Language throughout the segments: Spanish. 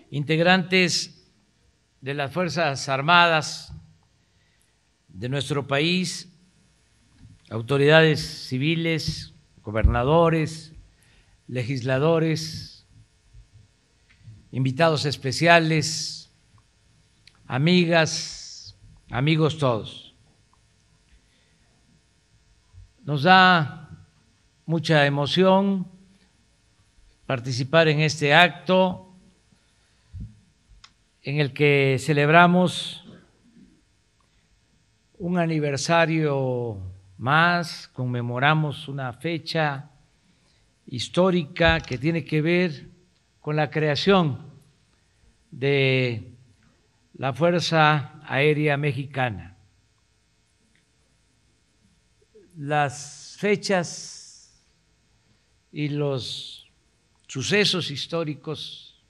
integrantes de las Fuerzas Armadas de nuestro país, autoridades civiles, gobernadores, legisladores, invitados especiales, amigas, amigos todos. Nos da mucha emoción participar en este acto en el que celebramos un aniversario más, conmemoramos una fecha histórica que tiene que ver con la creación de la Fuerza Aérea Mexicana. Las fechas y los sucesos históricos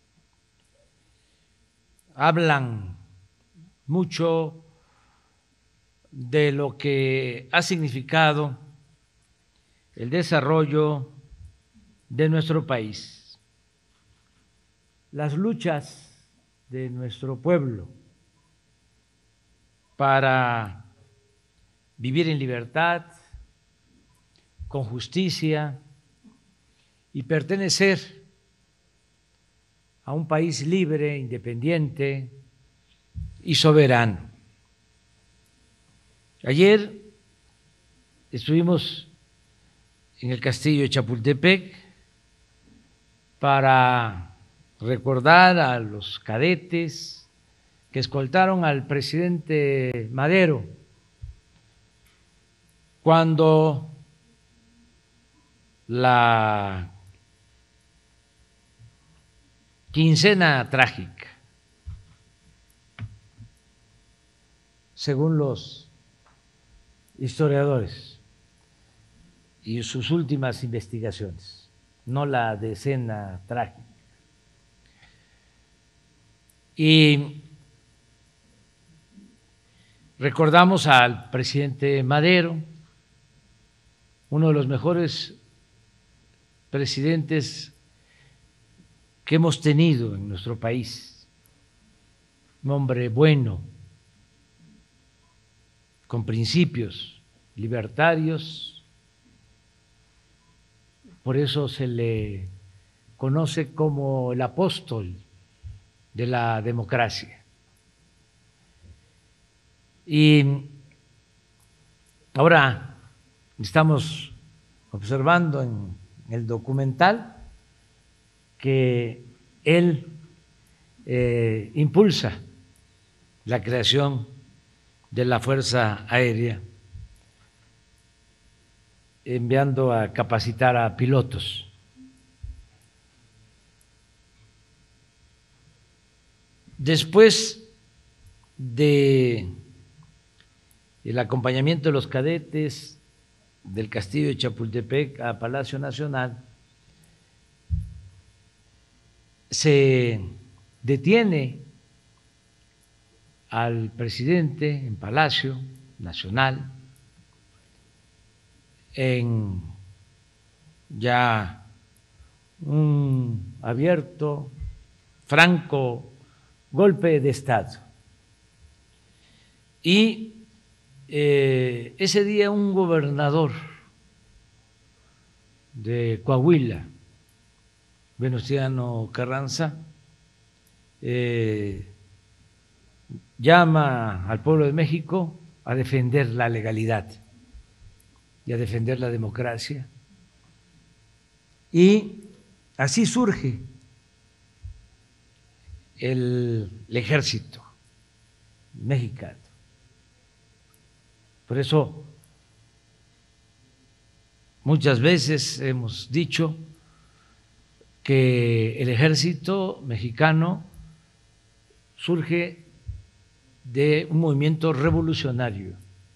hablan mucho de lo que ha significado el desarrollo de nuestro país, las luchas de nuestro pueblo para vivir en libertad, con justicia y pertenecer a un país libre, independiente y soberano. Ayer estuvimos en el castillo de Chapultepec para recordar a los cadetes que escoltaron al presidente Madero cuando la quincena trágica, según los historiadores y sus últimas investigaciones, no la decena trágica. Y recordamos al presidente Madero, uno de los mejores presidentes que hemos tenido en nuestro país, un hombre bueno, con principios libertarios, por eso se le conoce como el apóstol de la democracia. Y ahora estamos observando en el documental que él impulsa la creación de la Fuerza Aérea, enviando a capacitar a pilotos. Después de el acompañamiento de los cadetes del castillo de Chapultepec a Palacio Nacional, se detiene al presidente en Palacio Nacional en ya un abierto, franco golpe de Estado. Y ese día un gobernador de Coahuila, Venustiano Carranza, llama al pueblo de México a defender la legalidad y a defender la democracia. Y así surge el ejército mexicano. Por eso muchas veces hemos dicho que el ejército mexicano surge de un movimiento revolucionario.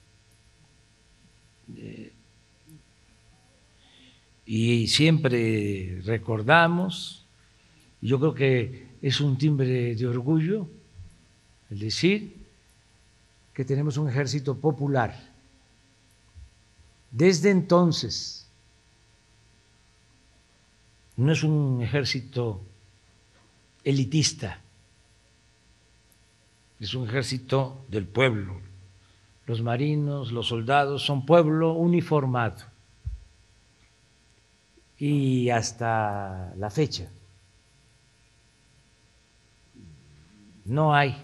Y siempre recordamos, yo creo que es un timbre de orgullo el decir que tenemos un ejército popular. Desde entonces, no es un ejército elitista, es un ejército del pueblo. Los marinos, los soldados son pueblo uniformado. Y hasta la fecha no hay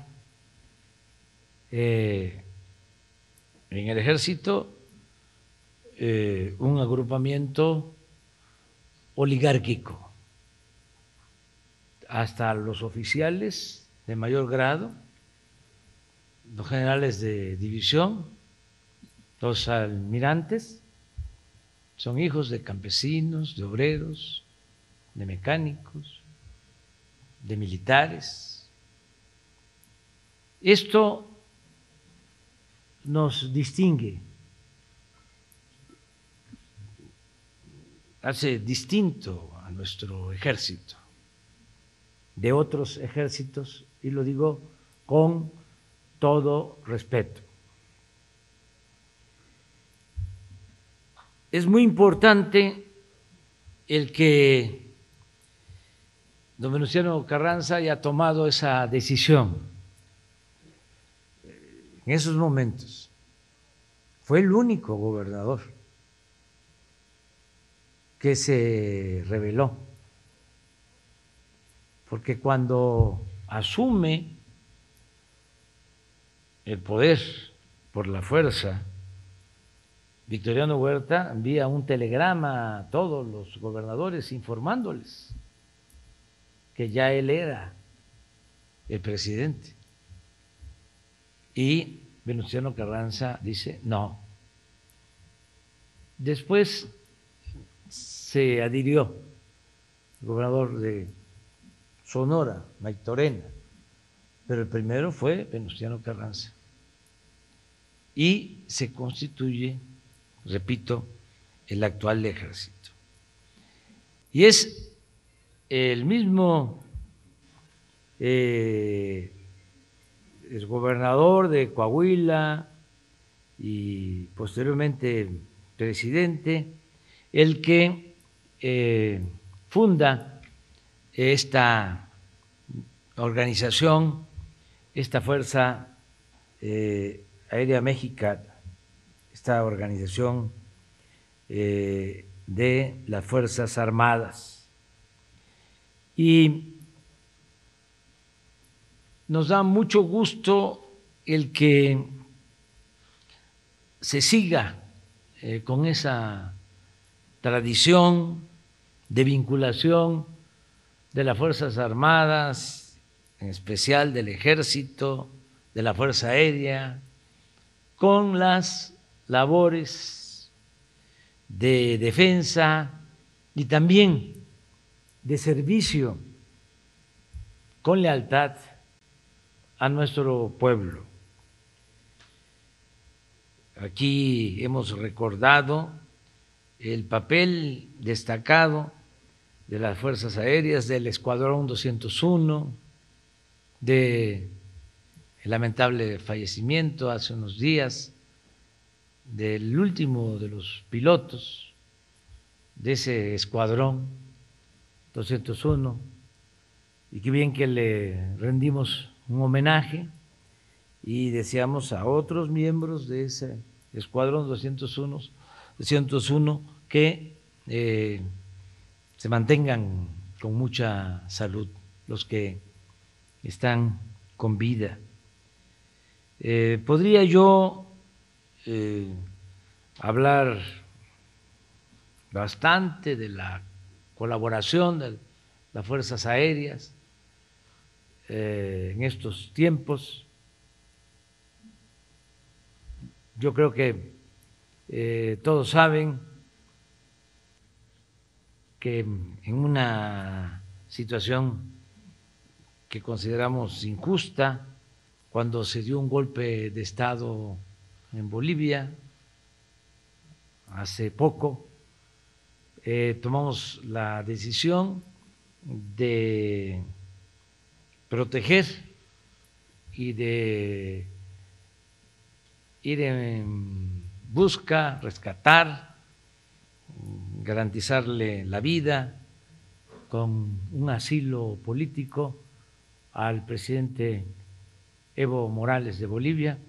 en el ejército un agrupamiento oligárquico. Hasta los oficiales de mayor grado, los generales de división, los almirantes, son hijos de campesinos, de obreros, de mecánicos, de militares. Esto nos distingue, hace distinto a nuestro ejército de otros ejércitos, y lo digo con todo respeto. Es muy importante el que don Venustiano Carranza haya tomado esa decisión en esos momentos. Fue el único gobernador que se rebeló, porque cuando asume el poder por la fuerza, Victoriano Huerta envía un telegrama a todos los gobernadores informándoles que ya él era el presidente. Y Venustiano Carranza dice no. Después se adhirió el gobernador de Sonora, Maytorena, pero el primero fue Venustiano Carranza. Y se constituye, repito, el actual ejército. Y es el mismo el gobernador de Coahuila y posteriormente presidente, el que funda esta organización, esta Fuerza Aérea Mexicana, esta organización de las Fuerzas Armadas. Y nos da mucho gusto el que se siga con esa tradición de vinculación de las Fuerzas Armadas, en especial del Ejército, de la Fuerza Aérea, con las labores de defensa y también de servicio con lealtad a nuestro pueblo. Aquí hemos recordado el papel destacado de las Fuerzas Aéreas, del Escuadrón 201, del lamentable fallecimiento hace unos días del último de los pilotos de ese Escuadrón 201, y qué bien que le rendimos un homenaje y deseamos a otros miembros de ese Escuadrón 201 que se mantengan con mucha salud, los que están con vida. Podría yo hablar bastante de la colaboración de las Fuerzas Aéreas en estos tiempos. Yo creo que todos saben que en una situación que consideramos injusta, cuando se dio un golpe de Estado en Bolivia hace poco, tomamos la decisión de proteger y de ir en busca, rescatar, garantizarle la vida con un asilo político al presidente Evo Morales de Bolivia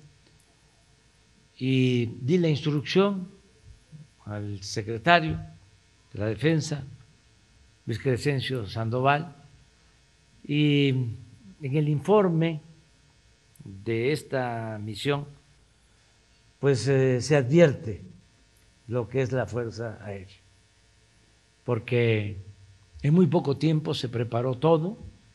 y di la instrucción al secretario de la Defensa, Luis Crescencio Sandoval, y en el informe de esta misión pues se advierte lo que es la Fuerza Aérea, porque en muy poco tiempo se preparó todo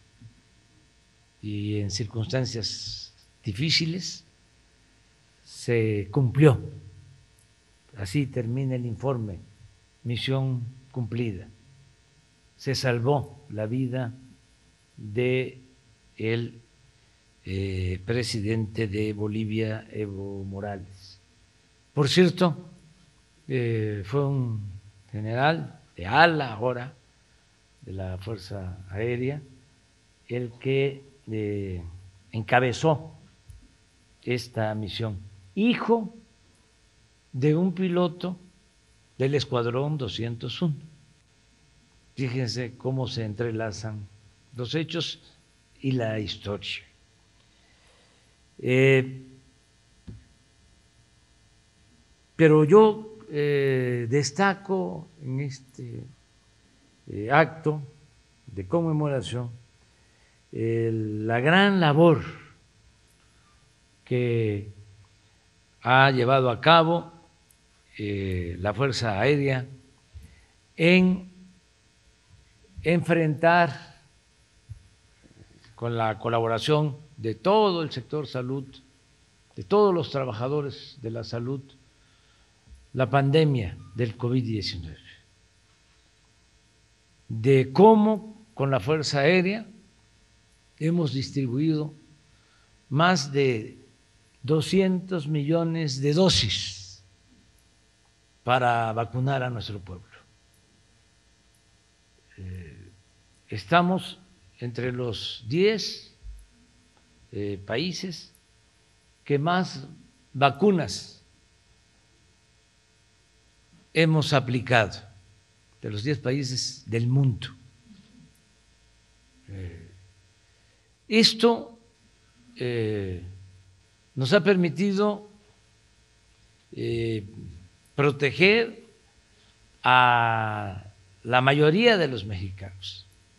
y en circunstancias difíciles se cumplió. Así termina el informe, misión cumplida. Se salvó la vida de el presidente de Bolivia, Evo Morales. Por cierto, fue un general de ala ahora de la Fuerza Aérea el que encabezó esta misión, hijo de un piloto del Escuadrón 201. Fíjense cómo se entrelazan los hechos y la historia. Pero yo destaco en este acto de conmemoración la gran labor que ha llevado a cabo la Fuerza Aérea en enfrentar, con la colaboración de todo el sector salud, de todos los trabajadores de la salud, la pandemia del COVID-19, de cómo con la Fuerza Aérea hemos distribuido más de 200 millones de dosis para vacunar a nuestro pueblo. Estamos entre los 10 países que más vacunas hemos aplicado, de los 10 países del mundo. Esto nos ha permitido proteger a la mayoría de los mexicanos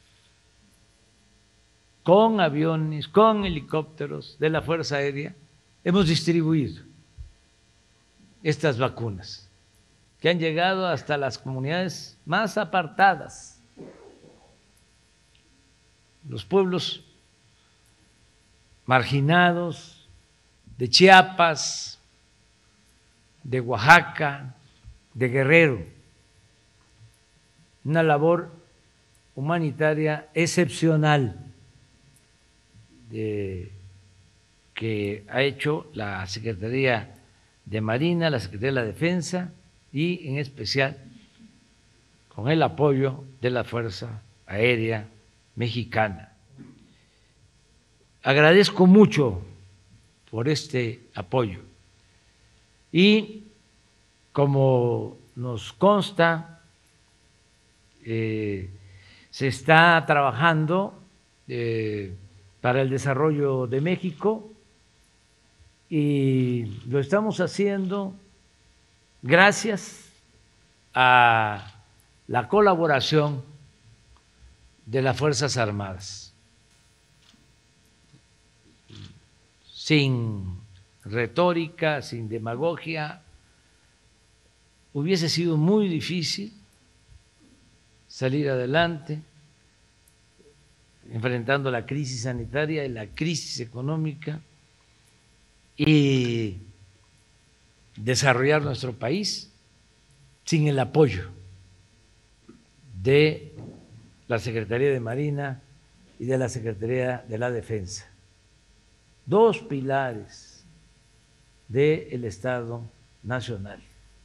con aviones, con helicópteros de la Fuerza Aérea. Hemos distribuido estas vacunas que han llegado hasta las comunidades más apartadas, los pueblos marginados de Chiapas, de Oaxaca, de Guerrero. Una labor humanitaria excepcional que ha hecho la Secretaría de Marina, la Secretaría de la Defensa y en especial con el apoyo de la Fuerza Aérea Mexicana. Agradezco mucho por este apoyo y como nos consta, se está trabajando para el desarrollo de México y lo estamos haciendo gracias a la colaboración de las Fuerzas Armadas. Sin retórica, sin demagogia, hubiese sido muy difícil salir adelante enfrentando la crisis sanitaria y la crisis económica y desarrollar nuestro país sin el apoyo de la Secretaría de Marina y de la Secretaría de la Defensa, dos pilares del Estado Nacional.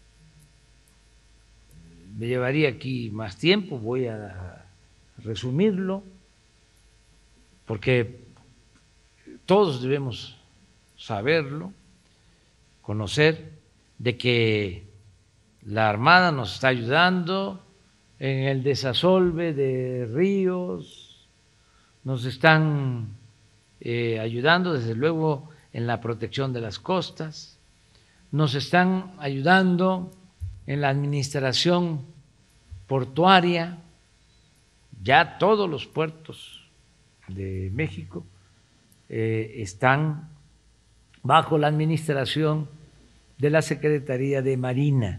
Me llevaría aquí más tiempo, voy a resumirlo, porque todos debemos saberlo, conocer de que la Armada nos está ayudando en el desasolve de ríos, nos están ayudando desde luego en la protección de las costas, nos están ayudando en la administración portuaria, ya todos los puertos de México están bajo la administración de la Secretaría de Marina,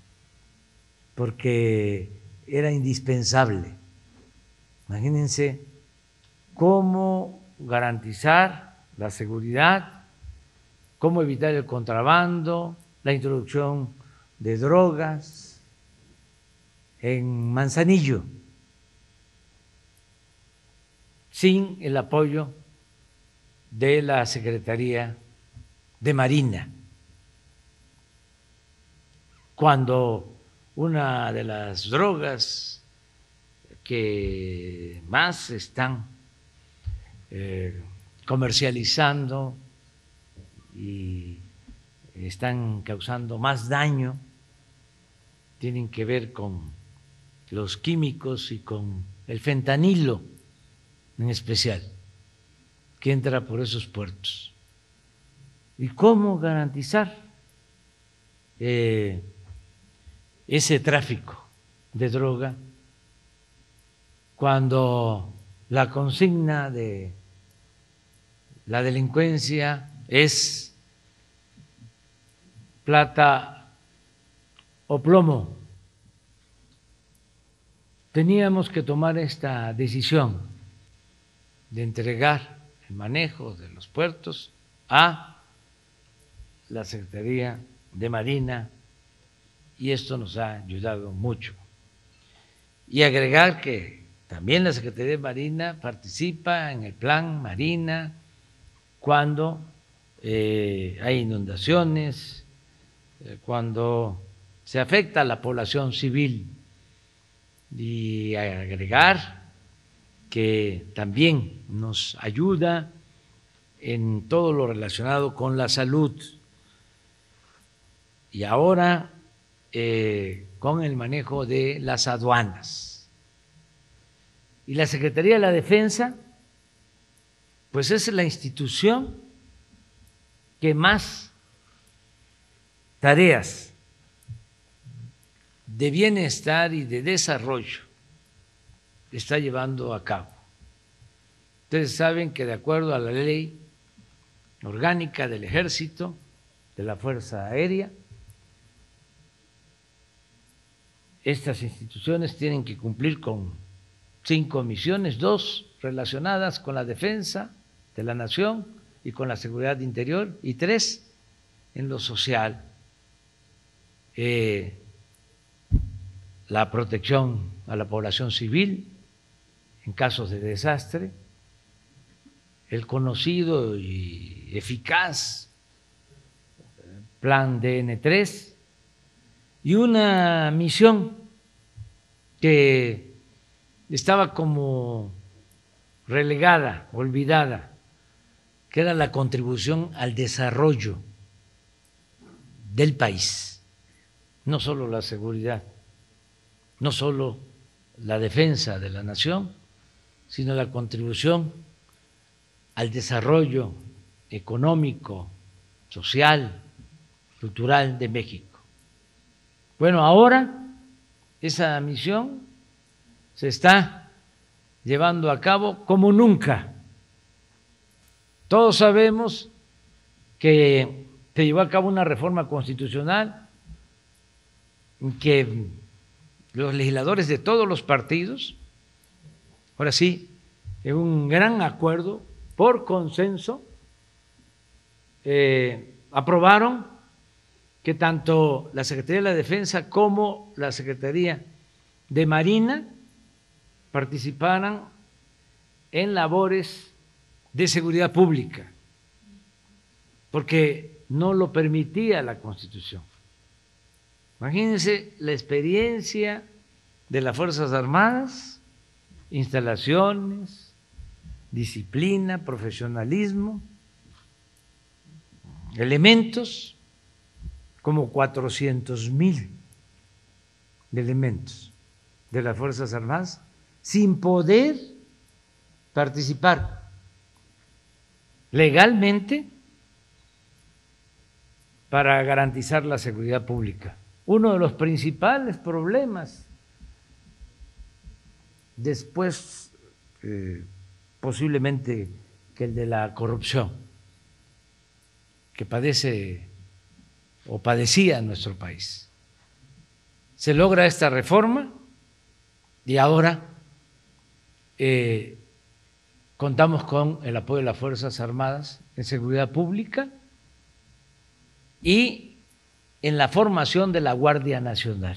porque era indispensable. Imagínense cómo garantizar la seguridad, cómo evitar el contrabando, la introducción de drogas en Manzanillo, sin el apoyo de la Secretaría de Marina, cuando una de las drogas que más están comercializando y están causando más daño tienen que ver con los químicos y con el fentanilo en especial, que entra por esos puertos. ¿Y cómo garantizar ese tráfico de droga cuando la consigna de la delincuencia es plata o plomo? Teníamos que tomar esta decisión de entregar el manejo de los puertos a la Secretaría de Marina, y esto nos ha ayudado mucho. Y agregar que también la Secretaría de Marina participa en el Plan Marina cuando hay inundaciones, cuando se afecta a la población civil, y agregar que también nos ayuda en todo lo relacionado con la salud, y ahora con el manejo de las aduanas. Y la Secretaría de la Defensa, pues es la institución que más tareas de bienestar y de desarrollo está llevando a cabo. Ustedes saben que de acuerdo a la ley orgánica del Ejército, de la Fuerza Aérea, estas instituciones tienen que cumplir con 5 misiones, 2 relacionadas con la defensa de la nación y con la seguridad interior, y 3 en lo social, la protección a la población civil en casos de desastre, el conocido y eficaz Plan DN3, y una misión que estaba como relegada, olvidada, que era la contribución al desarrollo del país, no solo la seguridad, no solo la defensa de la nación, sino la contribución al desarrollo económico, social, cultural de México. Bueno, ahora esa misión se está llevando a cabo como nunca. Todos sabemos que se llevó a cabo una reforma constitucional que los legisladores de todos los partidos, ahora sí, en un gran acuerdo, por consenso, aprobaron que tanto la Secretaría de la Defensa como la Secretaría de Marina participaran en labores de seguridad pública, porque no lo permitía la Constitución. Imagínense la experiencia de las Fuerzas Armadas, instalaciones, disciplina, profesionalismo, elementos, como 400,000 elementos de las Fuerzas Armadas sin poder participar legalmente para garantizar la seguridad pública. Uno de los principales problemas después, posiblemente, que el de la corrupción que padece o padecía nuestro país. Se logra esta reforma y ahora contamos con el apoyo de las Fuerzas Armadas en seguridad pública y en la formación de la Guardia Nacional,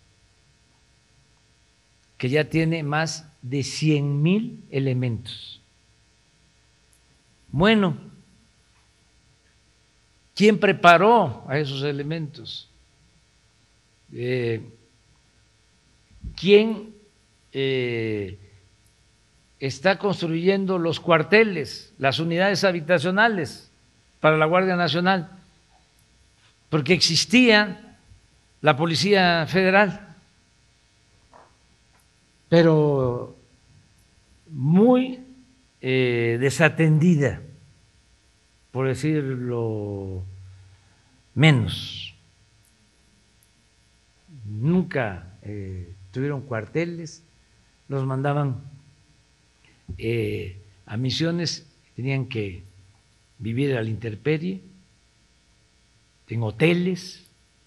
que ya tiene más de 100,000 elementos. Bueno, ¿quién preparó a esos elementos? ¿Quién está construyendo los cuarteles, las unidades habitacionales para la Guardia Nacional? Porque existía la Policía Federal, pero muy desatendida, por decirlo menos. Nunca tuvieron cuarteles, los mandaban a misiones, tenían que vivir a la intemperie, en hoteles.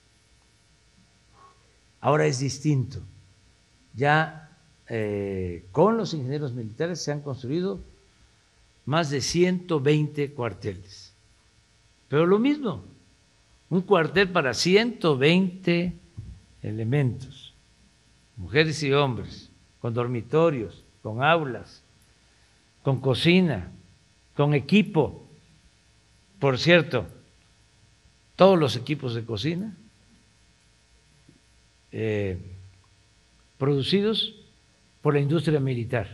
Ahora es distinto. Ya con los ingenieros militares se han construido más de 120 cuarteles. Pero lo mismo, un cuartel para 120 elementos, mujeres y hombres, con dormitorios, con aulas, con cocina, con equipo. Por cierto, todos los equipos de cocina producidos por la industria militar.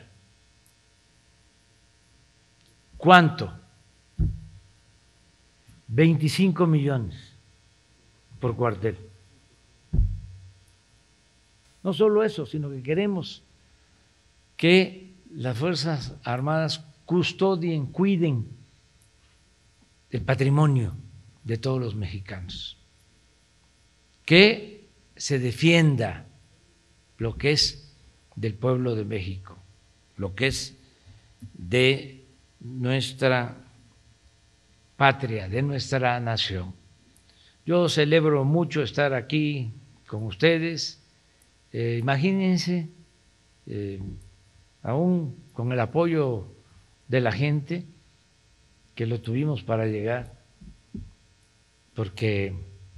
¿Cuánto? 25 millones por cuartel. No solo eso, sino que queremos que las Fuerzas Armadas custodien, cuiden el patrimonio de todos los mexicanos, que se defienda lo que es del pueblo de México, lo que es de nuestra patria, de nuestra nación. Yo celebro mucho estar aquí con ustedes. Imagínense, aún con el apoyo de la gente, que lo tuvimos para llegar, porque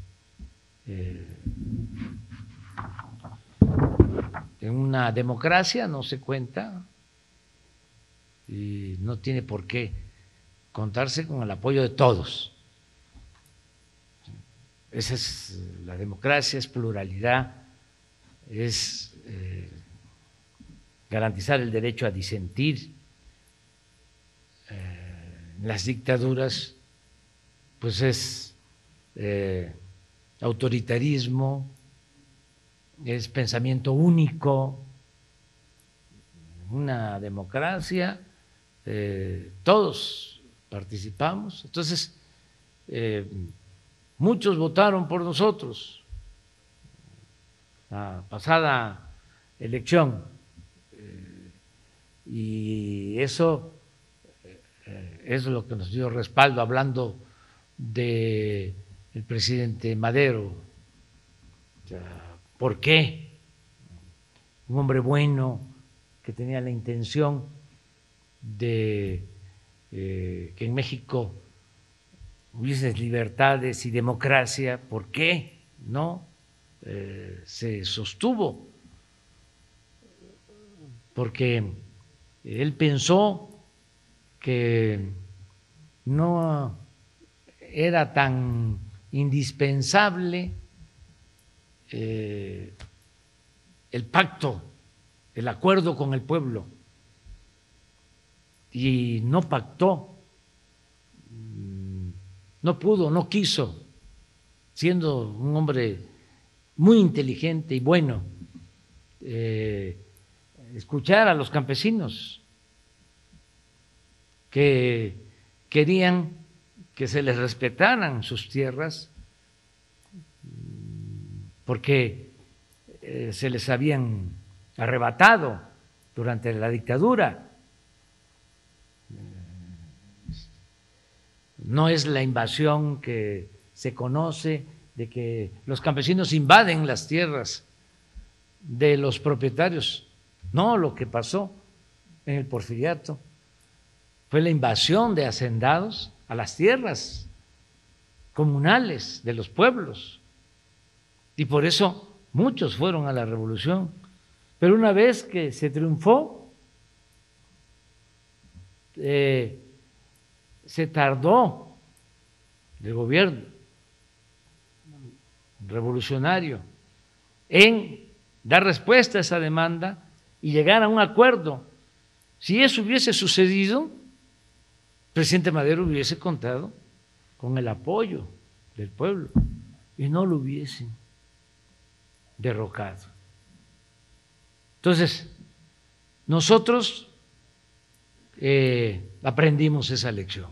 en una democracia no se cuenta y no tiene por qué contarse con el apoyo de todos. Esa es la democracia, es pluralidad, es garantizar el derecho a disentir. Las dictaduras, pues es autoritarismo, es pensamiento único. Una democracia, todos participamos. Entonces, muchos votaron por nosotros la pasada elección, y eso es lo que nos dio respaldo, hablando del presidente Madero. ¿Por qué? Un hombre bueno que tenía la intención de que en México hubiese libertades y democracia, ¿por qué no se sostuvo? Porque él pensó que no era tan indispensable el pacto, el acuerdo con el pueblo, y no pactó, no pudo, no quiso, siendo un hombre muy inteligente y bueno, escuchar a los campesinos que querían que se les respetaran sus tierras porque se les habían arrebatado durante la dictadura. No es la invasión que se conoce de que los campesinos invaden las tierras de los propietarios. No, lo que pasó en el Porfiriato fue la invasión de hacendados a las tierras comunales de los pueblos. Y por eso muchos fueron a la revolución. Pero una vez que se triunfó, se tardó el gobierno revolucionario en dar respuesta a esa demanda y llegar a un acuerdo. Si eso hubiese sucedido, el presidente Madero hubiese contado con el apoyo del pueblo y no lo hubiesen derrocado. Entonces, nosotros aprendimos esa lección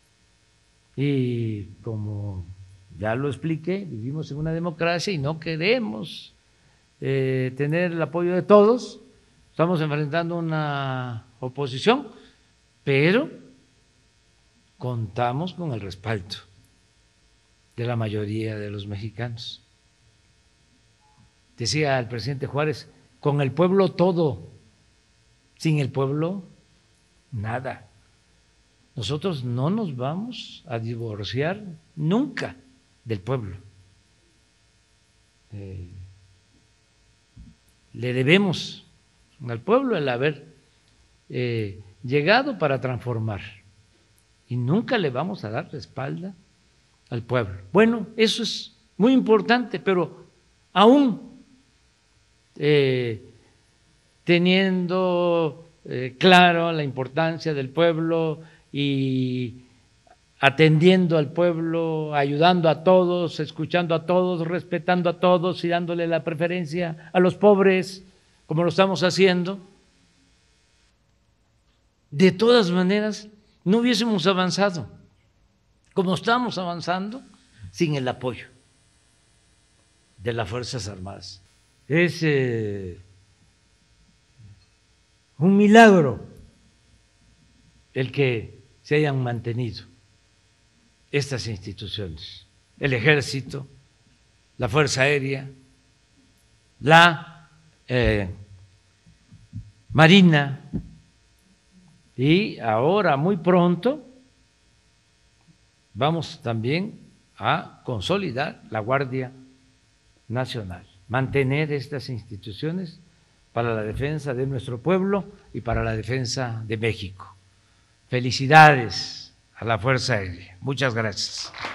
y, como ya lo expliqué, vivimos en una democracia y no queremos tener el apoyo de todos. Estamos enfrentando una oposición, pero contamos con el respaldo de la mayoría de los mexicanos. Decía el presidente Juárez, con el pueblo todo, sin el pueblo nada. Nosotros no nos vamos a divorciar nunca del pueblo. Le debemos al pueblo el haber llegado para transformar y nunca le vamos a dar la espalda al pueblo. Bueno, eso es muy importante, pero aún teniendo claro la importancia del pueblo y atendiendo al pueblo, ayudando a todos, escuchando a todos, respetando a todos y dándole la preferencia a los pobres, como lo estamos haciendo, de todas maneras no hubiésemos avanzado como estamos avanzando sin el apoyo de las Fuerzas Armadas. Es un milagro el que se hayan mantenido estas instituciones, el Ejército, la Fuerza Aérea, la Marina y ahora muy pronto vamos también a consolidar la Guardia Nacional, mantener estas instituciones para la defensa de nuestro pueblo y para la defensa de México. Felicidades a la Fuerza Aérea. Muchas gracias.